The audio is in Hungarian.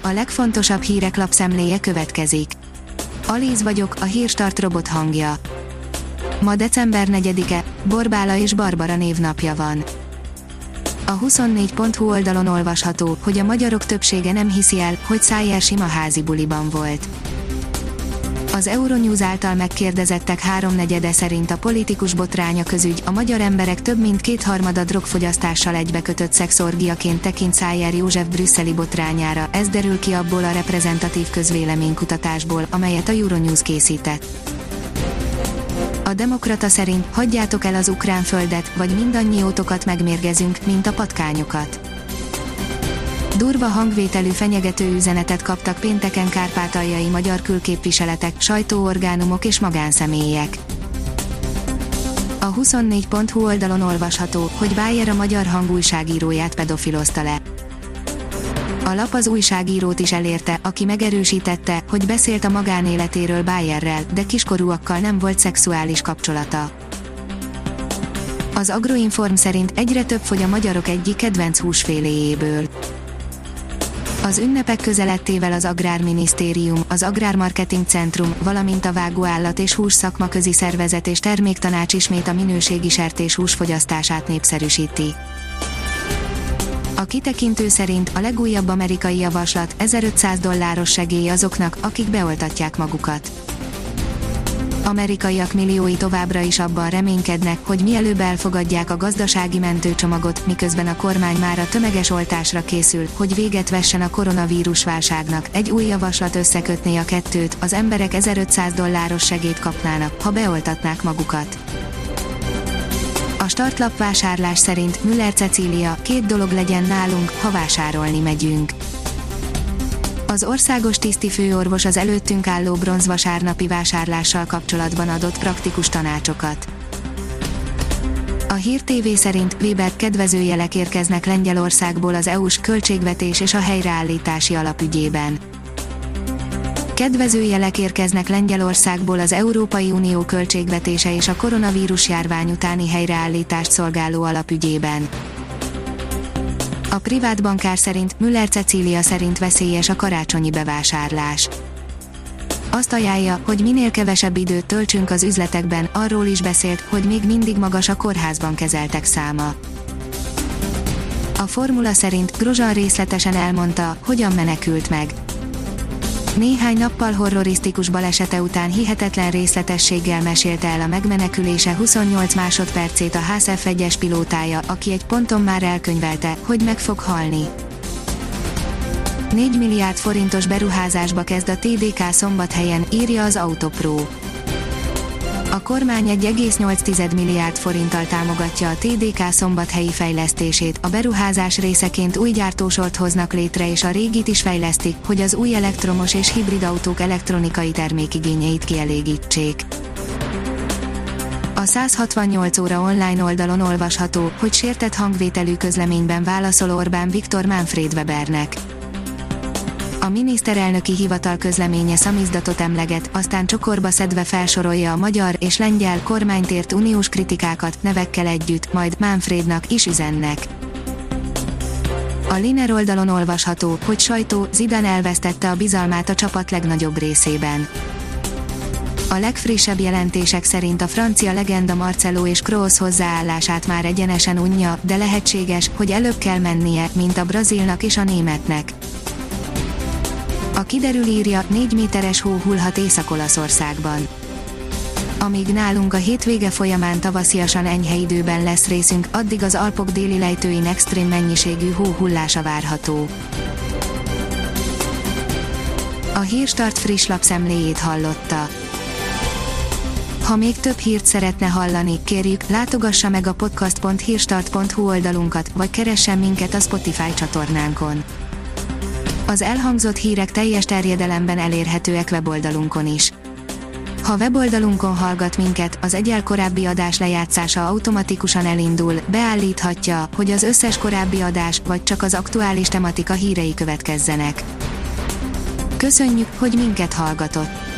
a legfontosabb hírek lapszemléje következik. Alíz vagyok, a Hírstart robot hangja. Ma december 4-e, Borbála és Barbara névnapja van. A 24.hu oldalon olvasható, hogy a magyarok többsége nem hiszi el, hogy Szájer sima házi buliban volt. Az Euronews által megkérdezettek 3/4 szerint a politikus botránya közügy, a magyar emberek több mint 2/3 drogfogyasztással egybekötött szexorgiaként tekint Szájer József brüsszeli botrányára, ez derül ki abból a reprezentatív közvéleménykutatásból, amelyet a Euronews készített. A Demokrata szerint hagyjátok el az ukrán földet, vagy mindannyiótokat megmérgezünk, mint a patkányokat. Durva hangvételű fenyegető üzenetet kaptak pénteken kárpátaljai magyar külképviseletek, sajtóorgánumok és magánszemélyek. A 24.hu oldalon olvasható, hogy Bayer a magyar Hang újságíróját pedofilozta le. A lap az újságírót is elérte, aki megerősítette, hogy beszélt a magánéletéről Bayerrel, de kiskorúakkal nem volt szexuális kapcsolata. Az Agroinform szerint egyre több fogy a magyarok egyik kedvenc húsféléjéből. Az ünnepek közeledtével az Agrárminisztérium, az Agrármarketing Centrum, valamint a Vágóállat és Hús Szakmaközi Szervezet és Terméktanács ismét a minőségi sertéshús fogyasztását népszerűsíti. A kitekintő szerint a legújabb amerikai javaslat $1500 segély azoknak, akik beoltatják magukat. Amerikaiak milliói továbbra is abban reménykednek, hogy mielőbb elfogadják a gazdasági mentőcsomagot, miközben a kormány már a tömeges oltásra készül, hogy véget vessen a koronavírus válságnak. Egy új javaslat összekötné a kettőt, az emberek $1500 segélyt kapnának, ha beoltatnák magukat. A startlap vásárlás szerint Müller Cecília, 2 dolog legyen nálunk, ha vásárolni megyünk. Az országos tisztifőorvos az előttünk álló bronzvasárnapi vásárlással kapcsolatban adott praktikus tanácsokat. A Hír TV szerint Weber kedvező jelek érkeznek Lengyelországból az EU-s költségvetés és a helyreállítási alap ügyében. Kedvező jelek érkeznek Lengyelországból az Európai Unió költségvetése és a koronavírus járvány utáni helyreállítást szolgáló alapügyében. A privát bankár szerint Müller Cecília szerint veszélyes a karácsonyi bevásárlás. Azt ajánlja, hogy minél kevesebb időt töltsünk az üzletekben, arról is beszélt, hogy még mindig magas a kórházban kezeltek száma. A Formula szerint Grosjean részletesen elmondta, hogyan menekült meg. Néhány nappal horrorisztikus balesete után hihetetlen részletességgel mesélte el a megmenekülése 28 másodpercét a Haas F1-es pilótája, aki egy ponton már elkönyvelte, hogy meg fog halni. 4 milliárd forintos beruházásba kezd a TDK Szombathelyen, írja az Autopro. A kormány 1,8 milliárd forinttal támogatja a TDK szombathelyi fejlesztését, a beruházás részeként új gyártósort hoznak létre és a régit is fejlesztik, hogy az új elektromos és hibrid autók elektronikai termékigényeit kielégítsék. A 168 óra online oldalon olvasható, hogy sértett hangvételű közleményben válaszol Orbán Viktor Manfred Webernek. A miniszterelnöki hivatal közleménye szamizdatot emleget, aztán csokorba szedve felsorolja a magyar és lengyel kormányt ért uniós kritikákat, nevekkel együtt, majd Manfrednak is üzennek. A Liner oldalon olvasható, hogy sajtó, Zidane elvesztette a bizalmát a csapat legnagyobb részében. A legfrissebb jelentések szerint a francia legenda Marcelo és Kroos hozzáállását már egyenesen unja, de lehetséges, hogy előbb kell mennie, mint a brazilnak és a németnek. A kiderül írja, 4 méteres hó hullhat Észak-Olaszországban. Amíg nálunk a hétvége folyamán tavasziasan enyhe időben lesz részünk, addig az Alpok déli lejtőin extrém mennyiségű hóhullása várható. A Hírstart friss lapszemléjét hallotta. Ha még több hírt szeretne hallani, kérjük, látogassa meg a podcast.hírstart.hu oldalunkat, vagy keressen minket a Spotify csatornánkon. Az elhangzott hírek teljes terjedelemben elérhetőek weboldalunkon is. Ha weboldalunkon hallgat minket, az egyel korábbi adás lejátszása automatikusan elindul, beállíthatja, hogy az összes korábbi adás, vagy csak az aktuális tematika hírei következzenek. Köszönjük, hogy minket hallgatott!